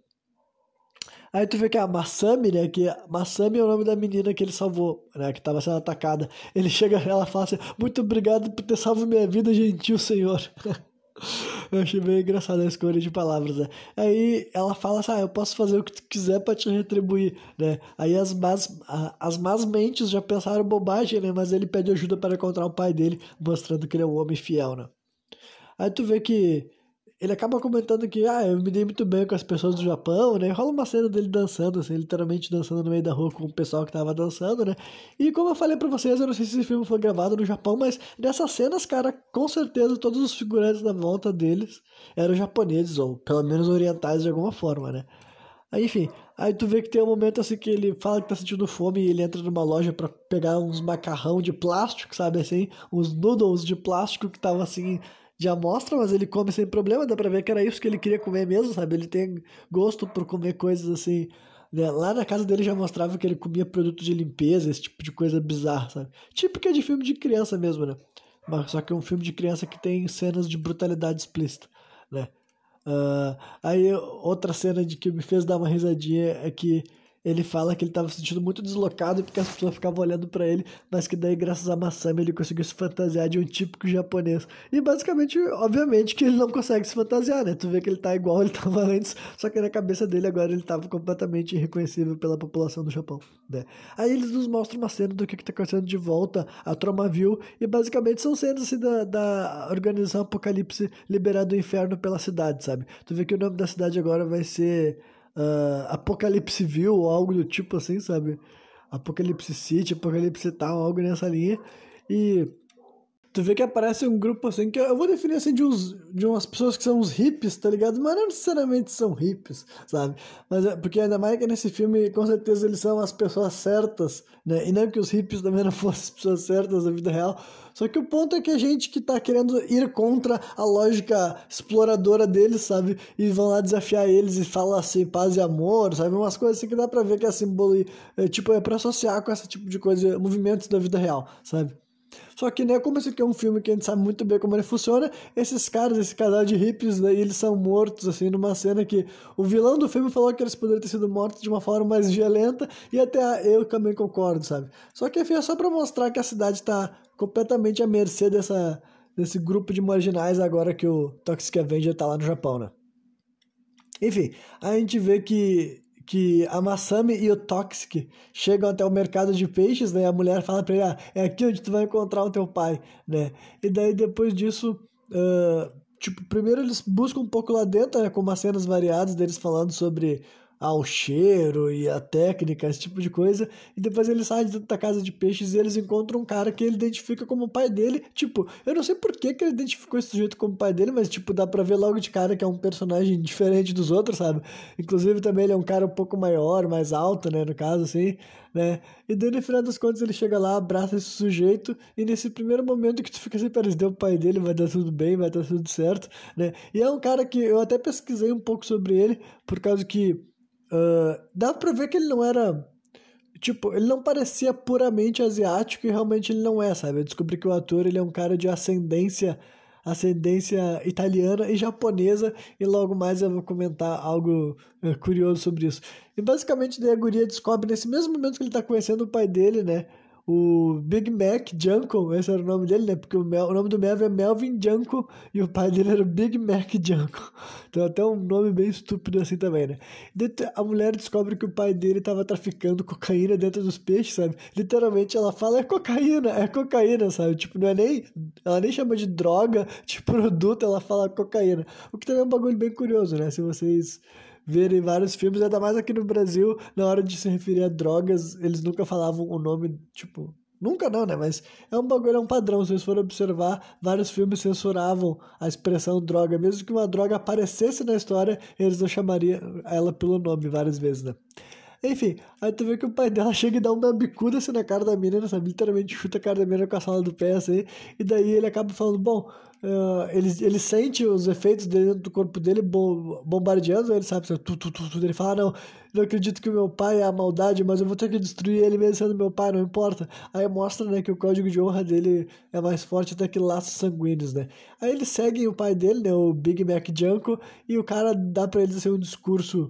Aí tu vê que a Masami, né? Que Masami é o nome da menina que ele salvou, né? Que tava sendo atacada. Ele chega, ela fala assim: muito obrigado por ter salvo minha vida, gentil senhor. Eu achei bem engraçada a escolha de palavras, né? Aí ela fala assim: eu posso fazer o que tu quiser pra te retribuir, né? Aí as más mentes já pensaram bobagem, né? Mas ele pede ajuda para encontrar o pai dele, mostrando que ele é um homem fiel, né? Aí tu vê que ele acaba comentando que, eu me dei muito bem com as pessoas do Japão, né? Rola uma cena dele dançando, assim, literalmente dançando no meio da rua com o pessoal que tava dançando, né? E como eu falei pra vocês, eu não sei se esse filme foi gravado no Japão, mas nessas cenas, cara, com certeza todos os figurantes na volta deles eram japoneses, ou pelo menos orientais de alguma forma, né? Aí, enfim, aí tu vê que tem um momento assim que ele fala que tá sentindo fome e ele entra numa loja pra pegar uns macarrão de plástico, sabe assim? Uns noodles de plástico que tava assim de amostra, mas ele come sem problema, dá pra ver que era isso que ele queria comer mesmo, sabe? Ele tem gosto por comer coisas assim, né? Lá na casa dele já mostrava que ele comia produto de limpeza, esse tipo de coisa bizarra, sabe? Típica de filme de criança mesmo, né? Mas só que é um filme de criança que tem cenas de brutalidade explícita, né? Aí outra cena de que me fez dar uma risadinha é que ele fala que ele tava se sentindo muito deslocado porque as pessoas ficavam olhando pra ele, mas que daí, graças a Masami, ele conseguiu se fantasiar de um típico japonês. E basicamente, obviamente, que ele não consegue se fantasiar, né? Tu vê que ele tá igual ele tava antes, só que na cabeça dele agora ele tava completamente irreconhecível pela população do Japão, né? Aí eles nos mostram uma cena do que tá acontecendo de volta a Tromaville, e basicamente são cenas assim da organização Apocalipse liberando o inferno pela cidade, sabe? Tu vê que o nome da cidade agora vai ser Apocalipseville ou algo do tipo assim, sabe? Apocalipse City, Apocalipse tal, algo nessa linha. E tu vê que aparece um grupo assim, que eu vou definir assim de umas pessoas que são uns hippies, tá ligado? Mas não necessariamente são hippies, sabe? Mas porque ainda mais que nesse filme, com certeza eles são as pessoas certas, né? E não que os hippies também não fossem as pessoas certas na vida real. Só que o ponto é que a gente que tá querendo ir contra a lógica exploradora deles, sabe? E vão lá desafiar eles e falam assim, paz e amor, sabe? Umas coisas assim que dá pra ver que é símbolo, tipo, é pra associar com esse tipo de coisa, movimentos da vida real, sabe? Só que, né, como esse aqui é um filme que a gente sabe muito bem como ele funciona, esses caras, esse casal de hippies, daí eles são mortos, assim, numa cena que o vilão do filme falou que eles poderiam ter sido mortos de uma forma mais violenta, e até eu também concordo, sabe? Só que, enfim, é só pra mostrar que a cidade tá completamente à mercê desse grupo de marginais agora que o Toxic Avenger tá lá no Japão, né? Enfim, a gente vê que a Masami e o Toxic chegam até o mercado de peixes, né? A mulher fala pra ele, é aqui onde tu vai encontrar o teu pai, né? E daí depois disso, tipo, primeiro eles buscam um pouco lá dentro, né? Com umas cenas variadas deles falando sobre o cheiro e a técnica, esse tipo de coisa. E depois eles saem de dentro da casa de peixes e eles encontram um cara que ele identifica como o pai dele. Tipo, eu não sei por que que ele identificou esse sujeito como pai dele, mas, tipo, dá pra ver logo de cara que é um personagem diferente dos outros, sabe? Inclusive, também ele é um cara um pouco maior, mais alto, né? No caso, assim, né? E daí, no final das contas, ele chega lá, abraça esse sujeito, e nesse primeiro momento que tu fica assim, pera, esse deu o pai dele, vai dar tudo bem, vai dar tudo certo, né? E é um cara que eu até pesquisei um pouco sobre ele, por causa que dá pra ver que ele não era. Tipo, ele não parecia puramente asiático e realmente ele não é, sabe? Eu descobri que o ator ele é um cara de ascendência italiana e japonesa, e logo mais eu vou comentar algo curioso sobre isso. E basicamente daí a guria descobre nesse mesmo momento que ele tá conhecendo o pai dele, né? O Big Mac Junko, esse era o nome dele, né? Porque o nome do Melvin é Melvin Junko e o pai dele era o Big Mac Junko. Então até um nome bem estúpido assim também, né? A mulher descobre que o pai dele tava traficando cocaína dentro dos peixes, sabe? Literalmente ela fala, é cocaína, sabe? Tipo, não é nem. Ela nem chama de droga, de produto, ela fala cocaína. O que também é um bagulho bem curioso, né? Se vocês verem vários filmes, ainda mais aqui no Brasil, na hora de se referir a drogas, eles nunca falavam o nome, tipo. Nunca não, né? Mas é um bagulho, é um padrão. Se vocês forem observar, vários filmes censuravam a expressão droga. Mesmo que uma droga aparecesse na história, eles não chamariam ela pelo nome várias vezes, né? Enfim, aí tu vê que o pai dela chega e dá uma bicuda assim na cara da menina, sabe? Literalmente chuta a cara da menina com a sala do pé, assim. E daí ele acaba falando, bom, ele sente os efeitos dentro do corpo dele bombardeando ele, sabe? Ele fala, não acredito que o meu pai é a maldade, mas eu vou ter que destruir ele mesmo sendo meu pai, não importa. Aí mostra, né, que o código de honra dele é mais forte até que laços sanguíneos, né? Aí eles seguem o pai dele, né, o Big Mac Junko, e o cara dá pra eles assim, um discurso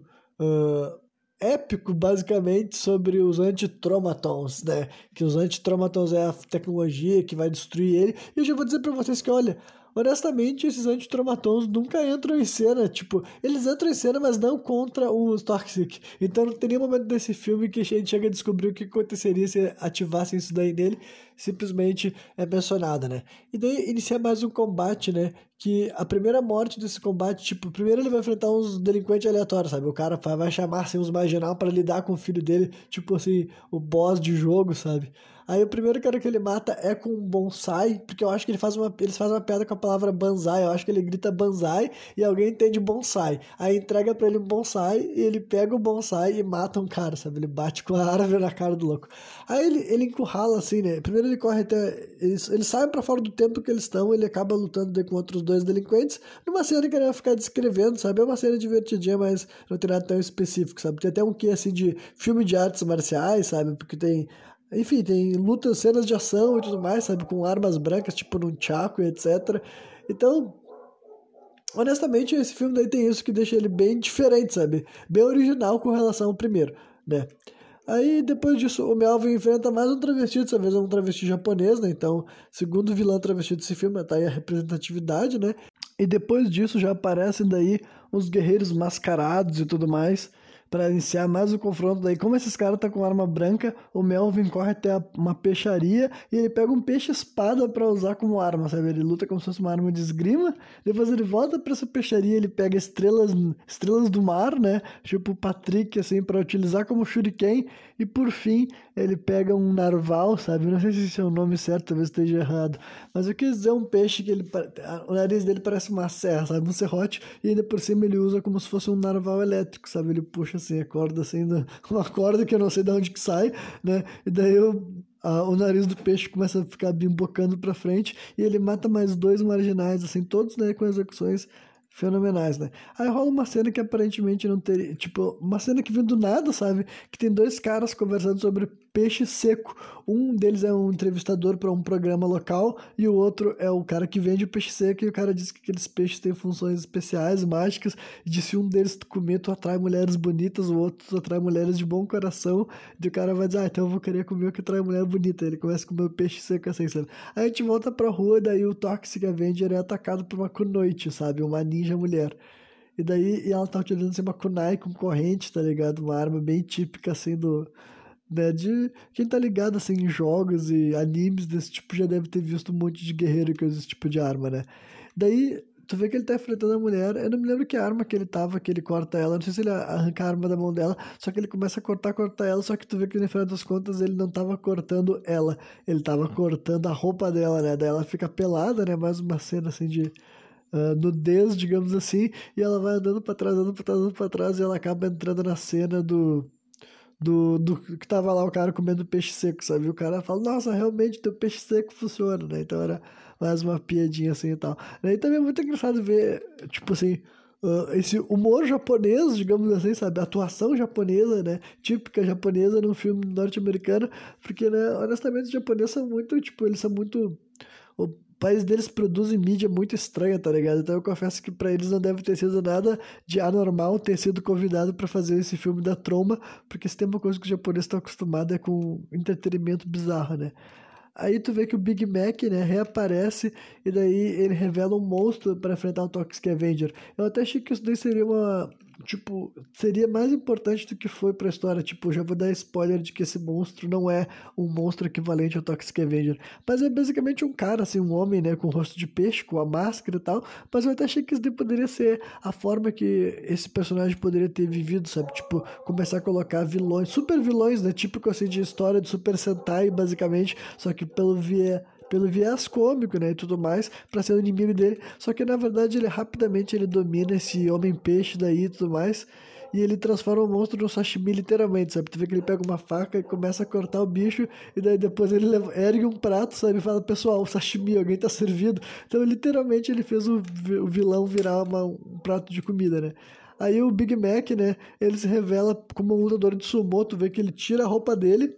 épico, basicamente, sobre os antitraumatons, né? Que os antitraumatons é a tecnologia que vai destruir ele. E eu já vou dizer pra vocês que, olha, honestamente, esses antitraumatons nunca entram em cena. Tipo, eles entram em cena, mas não contra os Toxic. Então não tem nenhum momento desse filme que a gente chega a descobrir o que aconteceria se ativassem isso daí nele. Simplesmente é mencionado, né? E daí inicia mais um combate, né? Que a primeira morte desse combate, tipo, primeiro ele vai enfrentar uns delinquentes aleatórios, sabe? O cara vai chamar, assim, uns marginal para lidar com o filho dele, tipo assim, o boss de jogo, sabe? Aí o primeiro cara que ele mata é com um bonsai, porque eu acho que eles fazem uma piada com a palavra banzai, eu acho que ele grita banzai e alguém entende bonsai. Aí entrega pra ele um bonsai e ele pega o bonsai e mata um cara, sabe? Ele bate com a árvore na cara do louco. Aí ele encurrala assim, né? Primeiro ele corre até. Eles saem pra fora do tempo que eles estão, ele acaba lutando daí com outros dois delinquentes, numa cena que ele vai ficar descrevendo, sabe? É uma cena divertidinha, mas não tem nada tão específico, sabe? Tem até um quê assim de filme de artes marciais, sabe? Porque tem. Enfim, tem lutas, cenas de ação e tudo mais, sabe? Com armas brancas, tipo num chaco e etc. Então, honestamente, esse filme daí tem isso que deixa ele bem diferente, sabe? Bem original com relação ao primeiro. né? Aí, depois disso, o Melvin enfrenta mais um travesti, dessa vez é um travesti japonês, né? Então, segundo vilão travesti desse filme, tá aí a representatividade, né? E depois disso já aparecem daí os guerreiros mascarados e tudo mais, pra iniciar mais o confronto. Daí, como esses caras tá com arma branca, o Melvin corre até uma peixaria e ele pega um peixe-espada pra usar como arma, sabe? Ele luta como se fosse uma arma de esgrima, depois ele volta pra essa peixaria, ele pega estrelas do mar, né? Tipo o Patrick, assim, pra utilizar como shuriken, e por fim ele pega um narval, sabe? Não sei se esse é o nome certo, talvez esteja errado, mas eu quis dizer um peixe que o nariz dele parece uma serra, sabe? Um serrote, e ainda por cima ele usa como se fosse um narval elétrico, sabe? Ele puxa assim a corda, assim, uma corda que eu não sei de onde que sai, né? E daí o nariz do peixe começa a ficar bimbocando pra frente e ele mata mais dois marginais, assim, todos, né, com execuções fenomenais, né? Aí rola uma cena que aparentemente não teria, tipo, uma cena que vem do nada, sabe? Que tem dois caras conversando sobre peixe seco. Um deles é um entrevistador para um programa local e o outro é o cara que vende o peixe seco, e o cara diz que aqueles peixes têm funções especiais, mágicas, e de se um deles tu comer, tu atrai mulheres bonitas, o outro tu atrai mulheres de bom coração, e o cara vai dizer, ah, então eu vou querer comer o que atrai mulher bonita. Ele começa a comer o peixe seco assim, sabe? Aí a gente volta pra rua, daí o Toxic Avenger é atacado por uma Kunoichi, sabe? Uma ninja mulher. E ela tá utilizando assim, uma kunai com corrente, tá ligado? Uma arma bem típica assim do, né, de quem tá ligado assim em jogos e animes desse tipo já deve ter visto um monte de guerreiro que usa esse tipo de arma, né? Daí tu vê que ele tá enfrentando a mulher, eu não me lembro que arma que ele tava, que ele corta ela, não sei se ele arranca a arma da mão dela, só que ele começa a cortar ela, só que tu vê que no final das contas ele não tava cortando ela, ele tava cortando a roupa dela, né? Daí ela fica pelada, né? Mais uma cena assim de nudez, digamos assim, e ela vai andando pra trás, andando pra trás, andando pra trás, e ela acaba entrando na cena do que tava lá o cara comendo peixe seco, sabe? E o cara fala, nossa, realmente teu peixe seco funciona, né? Então era mais uma piadinha assim e tal. E também é muito engraçado ver, tipo assim, esse humor japonês, digamos assim, sabe? A atuação japonesa, né? Típica japonesa num filme norte-americano, porque, né, honestamente, os japoneses são muito, tipo, eles são muito. O país deles produz mídia muito estranha, tá ligado? Então eu confesso que pra eles não deve ter sido nada de anormal ter sido convidado pra fazer esse filme da Troma, porque se tem uma coisa que os japoneses estão acostumados é com entretenimento bizarro, né? Aí tu vê que o Big Mac, né, reaparece e daí ele revela um monstro para enfrentar o Toxic Avenger. Eu até achei que isso daí seria uma, tipo, seria mais importante do que foi pra história. Tipo, já vou dar spoiler de que esse monstro não é um monstro equivalente ao Toxic Avenger. Mas é basicamente um cara, assim, um homem, né, com rosto de peixe, com a máscara e tal. Mas eu até achei que isso daí poderia ser a forma que esse personagem poderia ter vivido, sabe? Tipo, começar a colocar vilões, super vilões, né? Típico, assim, de história de Super Sentai, basicamente. Só que pelo viés cômico, né, e tudo mais, pra ser o inimigo dele. Só que na verdade ele rapidamente ele domina esse homem-peixe daí e tudo mais. E ele transforma o monstro no sashimi literalmente, sabe? Tu vê que ele pega uma faca e começa a cortar o bicho, e daí depois ele ergue um prato, sabe? E fala, pessoal, o sashimi, alguém tá servido. Então literalmente ele fez o vilão virar um prato de comida, né? Aí o Big Mac, né, ele se revela como um lutador de sumô, tu vê que ele tira a roupa dele,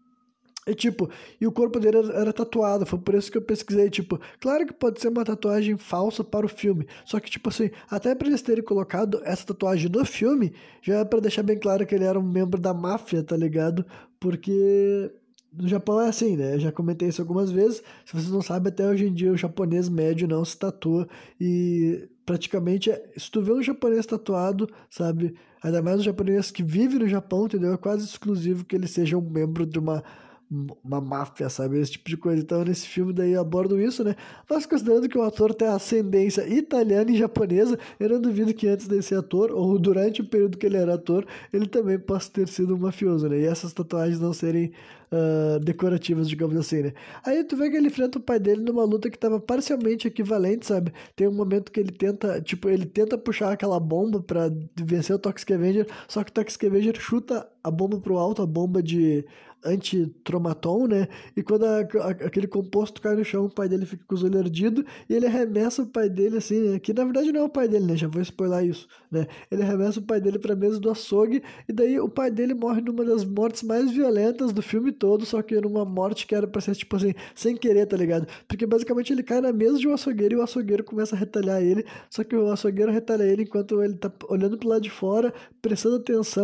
e tipo, e o corpo dele era tatuado, foi por isso que eu pesquisei, tipo, claro que pode ser uma tatuagem falsa para o filme, só que tipo assim, até pra eles terem colocado essa tatuagem no filme, já é pra deixar bem claro que ele era um membro da máfia, tá ligado? Porque no Japão é assim, né? Eu já comentei isso algumas vezes, se vocês não sabem, até hoje em dia o japonês médio não se tatua, e praticamente, se tu vê um japonês tatuado, sabe, ainda mais um japonês que vive no Japão, entendeu? É quase exclusivo que ele seja um membro de uma máfia, sabe? Esse tipo de coisa. Então, nesse filme daí abordam isso, né? Mas considerando que o ator tem ascendência italiana e japonesa, eu não duvido que antes desse ator, ou durante o período que ele era ator, ele também possa ter sido um mafioso, né? E essas tatuagens não serem decorativas, digamos assim, né? Aí tu vê que ele enfrenta o pai dele numa luta que tava parcialmente equivalente, sabe? Tem um momento que ele tenta, tipo, ele tenta puxar aquela bomba pra vencer o Toxic Avenger, só que o Toxic Avenger chuta a bomba pro alto, a bomba de anti-tromaton, né? E quando aquele composto cai no chão, o pai dele fica com os olhos ardidos e ele arremessa o pai dele assim, né? Que na verdade não é o pai dele, né? Já vou spoiler isso, né? Ele arremessa o pai dele pra mesa do açougue e daí o pai dele morre numa das mortes mais violentas do filme todo, só que numa morte que era pra ser tipo assim, sem querer, tá ligado? Porque basicamente ele cai na mesa de um açougueiro e o açougueiro começa a retalhar ele, só que o açougueiro retalha ele enquanto ele tá olhando pro lado de fora, prestando atenção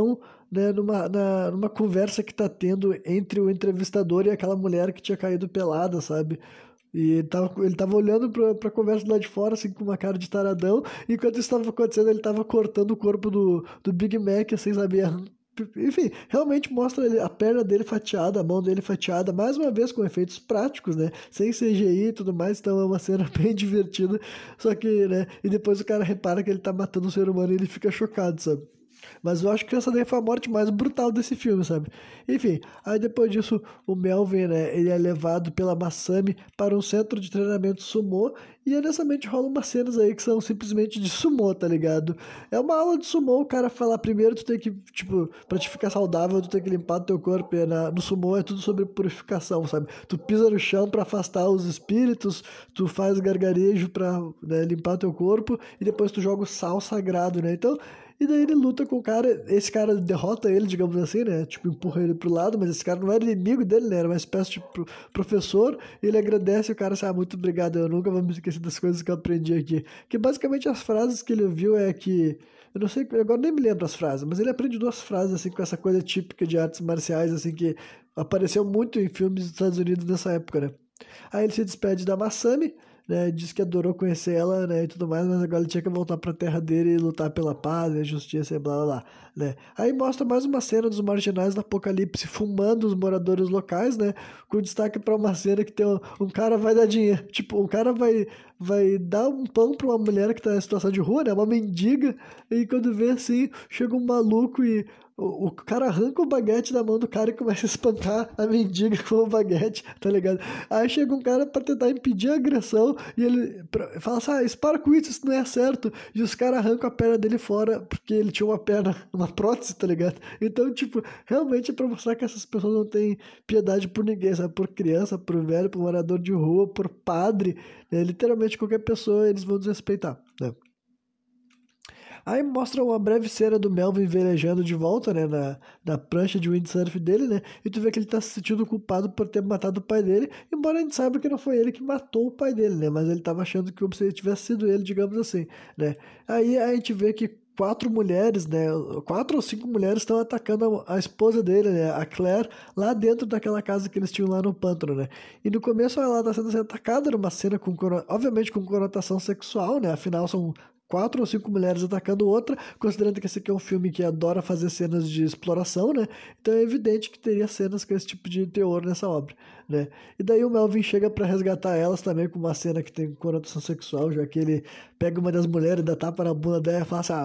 né, numa conversa que tá tendo entre o entrevistador e aquela mulher que tinha caído pelada, sabe? E ele tava olhando pra conversa lá de fora, assim, com uma cara de taradão, e enquanto isso estava acontecendo, ele tava cortando o corpo do Big Mac, assim, sabe? Enfim, realmente mostra a perna dele fatiada, a mão dele fatiada, mais uma vez com efeitos práticos, né? Sem CGI e tudo mais, então é uma cena bem divertida. Só que, né? E depois o cara repara que ele tá matando um ser humano e ele fica chocado, sabe? Mas eu acho que essa daí foi a morte mais brutal desse filme, sabe? Enfim, aí depois disso, o Melvin, né, ele é levado pela Masami para um centro de treinamento sumô, e honestamente rola umas cenas aí que são simplesmente de sumô, tá ligado? É uma aula de sumô, o cara fala, primeiro tu tem que, tipo, pra te ficar saudável, tu tem que limpar teu corpo, e no sumô é tudo sobre purificação, sabe? Tu pisa no chão pra afastar os espíritos, tu faz gargarejo pra, né, limpar teu corpo, e depois tu joga o sal sagrado, né? Então, e daí ele luta com o cara, esse cara derrota ele, digamos assim, né? Tipo, empurra ele pro lado, mas esse cara não era inimigo dele, né? Era uma espécie de professor, e ele agradece o cara, assim, muito obrigado, eu nunca vou me esquecer das coisas que eu aprendi aqui. Que basicamente as frases que ele ouviu é que, eu não sei, agora nem me lembro as frases, mas ele aprende duas frases, assim, com essa coisa típica de artes marciais, assim, que apareceu muito em filmes dos Estados Unidos nessa época, né? Aí ele se despede da Masami, né? Diz que adorou conhecer ela, né? E tudo mais, mas agora ele tinha que voltar pra terra dele e lutar pela paz e a justiça e blá blá blá, né? Aí mostra mais uma cena dos marginais do Apocalipse fumando os moradores locais, né? Com destaque pra uma cena que tem um cara vai dar dinheiro. Tipo, um cara vai dar um pão pra uma mulher que tá em situação de rua, né? Uma mendiga. E quando vê assim, chega um maluco e o cara arranca o baguete da mão do cara e começa a espancar a mendiga com o baguete, tá ligado? Aí chega um cara pra tentar impedir a agressão e ele fala assim, para com isso não é certo. E os caras arrancam a perna dele fora porque ele tinha uma perna, uma prótese, tá ligado? Então, tipo, realmente é pra mostrar que essas pessoas não têm piedade por ninguém, sabe? Por criança, por velho, por morador de rua, por padre, né? Literalmente qualquer pessoa eles vão desrespeitar, né? Aí mostra uma breve cena do Melvin velejando de volta, né, na prancha de windsurf dele, né, e tu vê que ele tá se sentindo culpado por ter matado o pai dele, embora a gente saiba que não foi ele que matou o pai dele, né, mas ele tava achando que se tivesse sido ele, digamos assim, né. Aí a gente vê que quatro mulheres, né, quatro ou cinco mulheres estão atacando a esposa dele, né, a Claire, lá dentro daquela casa que eles tinham lá no pântano, né. E no começo ela tá sendo atacada numa cena com, obviamente com conotação sexual, né, afinal são quatro ou cinco mulheres atacando outra, considerando que esse aqui é um filme que adora fazer cenas de exploração, né? Então é evidente que teria cenas com esse tipo de teor nessa obra, né? E daí o Melvin chega para resgatar elas também com uma cena que tem conotação sexual, já que ele pega uma das mulheres, dá tapa na bunda dela e fala assim,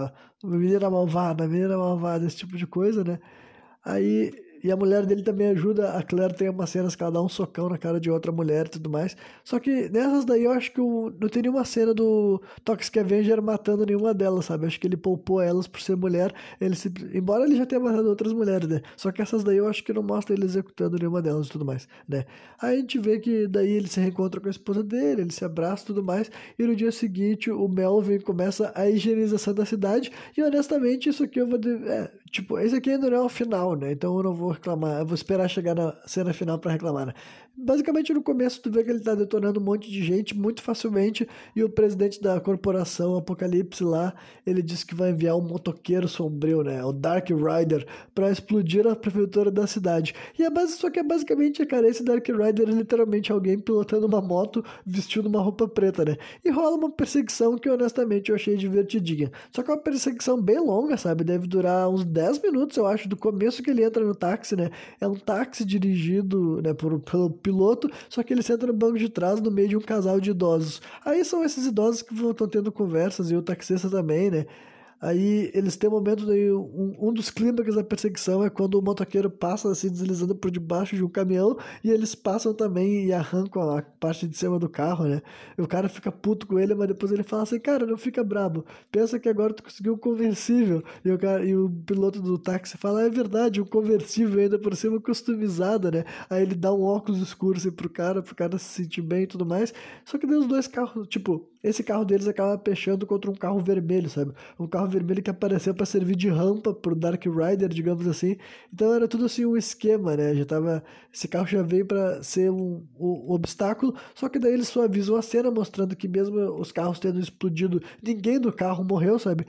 menina malvada, esse tipo de coisa, né? Aí, e a mulher dele também ajuda, a Claire tem umas cenas que ela dá um socão na cara de outra mulher e tudo mais. Só que nessas daí eu acho que não tem nenhuma cena do Toxic Avenger matando nenhuma delas, sabe? Eu acho que ele poupou elas por ser mulher. Embora ele já tenha matado outras mulheres, né? Só que essas daí eu acho que não mostra ele executando nenhuma delas e tudo mais, né? Aí a gente vê que daí ele se reencontra com a esposa dele, ele se abraça e tudo mais. E no dia seguinte o Melvin começa a higienização da cidade. E honestamente, isso aqui eu vou. Tipo, esse aqui ainda não é o final, né? Então eu não vou reclamar. Eu vou esperar chegar na cena final pra reclamar, né? Basicamente no começo tu vê que ele tá detonando um monte de gente muito facilmente. E o presidente da corporação Apocalipse lá, ele disse que vai enviar um motoqueiro sombrio, né? O Dark Rider, pra explodir a prefeitura da cidade. Só que é basicamente, cara, esse Dark Rider é literalmente alguém pilotando uma moto vestindo uma roupa preta, né? E rola uma perseguição que honestamente eu achei divertidinha. Só que é uma perseguição bem longa, sabe? Deve durar uns 10 minutos, eu acho, do começo que ele entra no táxi, né? É um táxi dirigido, né, pelo piloto, só que ele senta no banco de trás no meio de um casal de idosos. Aí são esses idosos que estão tendo conversas e o taxista também, né? Aí eles têm um momento, um dos clímax da perseguição é quando o motoqueiro passa assim deslizando por debaixo de um caminhão e eles passam também e arrancam a parte de cima do carro, né? E o cara fica puto com ele, mas depois ele fala assim, cara, não fica brabo, pensa que agora tu conseguiu um conversível. E o piloto do táxi fala, é verdade, um conversível ainda por cima customizado, né? Aí ele dá um óculos escuro assim pro cara se sentir bem e tudo mais. Só que daí os dois carros, tipo, esse carro deles acaba fechando contra um carro vermelho, sabe? Um carro vermelho que apareceu para servir de rampa pro Dark Rider, digamos assim. Então era tudo assim um esquema, né? Esse carro já veio para ser um obstáculo, só que daí eles suavizam a cena mostrando que mesmo os carros tendo explodido, ninguém do carro morreu, sabe?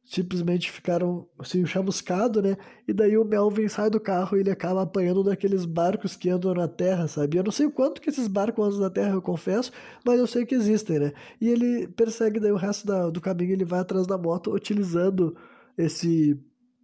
simplesmente ficaram assim, chamuscados, né? E daí o Melvin sai do carro e ele acaba apanhando daqueles barcos que andam na terra, sabe? Eu não sei o quanto que esses barcos andam na terra, eu confesso, mas eu sei que existem, né? E ele persegue daí o resto do caminho, ele vai atrás da moto utilizando esse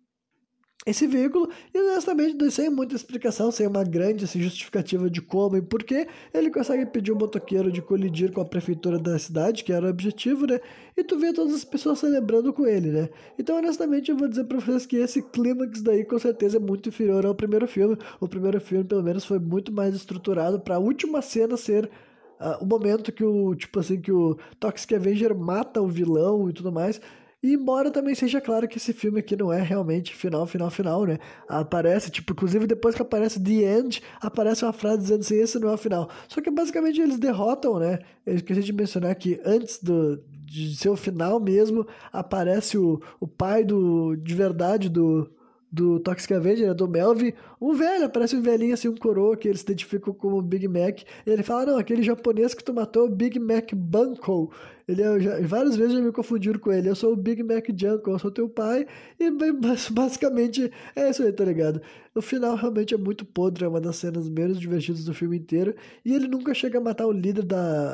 esse veículo, e honestamente, sem muita explicação, sem uma grande assim, justificativa de como e por que, ele consegue pedir o motoqueiro de colidir com a prefeitura da cidade, que era o objetivo, né? E tu vê todas as pessoas celebrando com ele, né? Então, honestamente, eu vou dizer pra vocês que esse clímax daí, com certeza, é muito inferior ao primeiro filme. O primeiro filme, pelo menos, foi muito mais estruturado para a última cena ser o momento que tipo assim, que o Toxic Avenger mata o vilão e tudo mais. E embora também seja claro que esse filme aqui não é realmente final, né? Aparece, tipo, inclusive depois que aparece The End, aparece uma frase dizendo assim, esse não é o final. Só que basicamente eles derrotam, né? Eu esqueci de mencionar que antes de ser o final mesmo, aparece o pai de verdade do Toxic Avenger, né, do Melvin, um velho, parece um velhinho assim, um coroa, que eles identificam como Big Mac, e ele fala, não, aquele japonês que tu matou é o Big Mac Bunko, várias vezes já me confundiram com ele, eu sou o Big Mac Junko, eu sou teu pai, e basicamente é isso aí, tá ligado? O final realmente é muito podre, é uma das cenas menos divertidas do filme inteiro, e ele nunca chega a matar o líder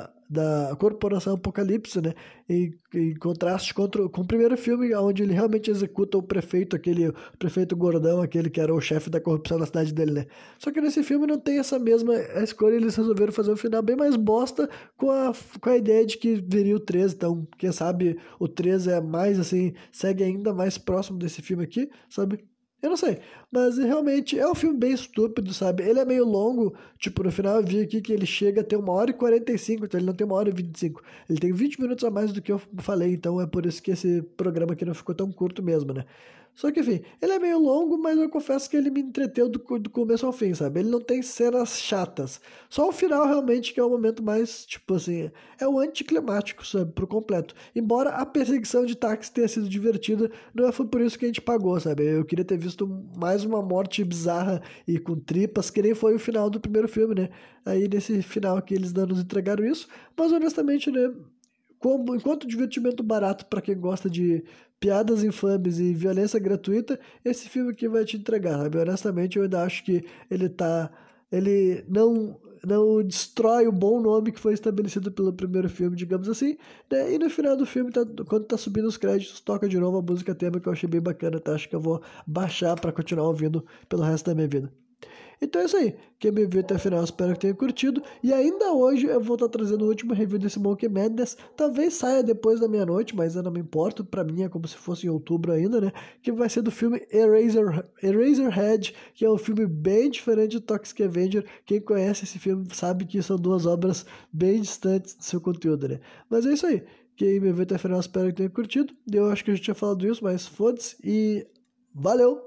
da Corporação Apocalipse, né? Em contraste com o primeiro filme, onde ele realmente executa o prefeito, aquele prefeito gordão, aquele que era o chefe da corrupção na cidade dele, né? Só que nesse filme não tem essa mesma escolha, eles resolveram fazer um final bem mais bosta com a ideia de que viria o 13, então, quem sabe o 13 é mais, assim, segue ainda mais próximo desse filme aqui, sabe? Eu não sei, mas realmente é um filme bem estúpido, sabe? Ele é meio longo, tipo, no final eu vi aqui que ele chega a ter 1h45, então ele não tem 1h25. Ele tem 20 minutos a mais do que eu falei, então é por isso que esse programa aqui não ficou tão curto mesmo, né? Só que, enfim, ele é meio longo, mas eu confesso que ele me entreteu do começo ao fim, sabe? Ele não tem cenas chatas. Só o final, realmente, que é o momento mais, tipo assim, é o anticlimático, sabe? Por completo. Embora a perseguição de táxi tenha sido divertida, não foi por isso que a gente pagou, sabe? Eu queria ter visto mais uma morte bizarra e com tripas, que nem foi o final do primeiro filme, né? Aí, nesse final aqui, eles nos entregaram isso, mas honestamente, né? Enquanto divertimento barato para quem gosta de piadas infames e violência gratuita, esse filme aqui vai te entregar, sabe? Honestamente, eu ainda acho que ele não destrói o bom nome que foi estabelecido pelo primeiro filme, digamos assim, né? E no final do filme, quando tá subindo os créditos, toca de novo a música tema que eu achei bem bacana, tá? Acho que eu vou baixar para continuar ouvindo pelo resto da minha vida. Então é isso aí. Quem me viu até o final, espero que tenha curtido. E ainda hoje eu vou estar trazendo o último review desse Monkey Madness. Talvez saia depois da meia-noite, mas eu não me importo. Pra mim é como se fosse em outubro ainda, né? Que vai ser do filme Eraserhead, que é um filme bem diferente do Toxic Avenger. Quem conhece esse filme sabe que são duas obras bem distantes do seu conteúdo, né? Mas é isso aí. Quem me viu até o final, espero que tenha curtido. Eu acho que eu já tinha falado isso, mas foda-se. E valeu!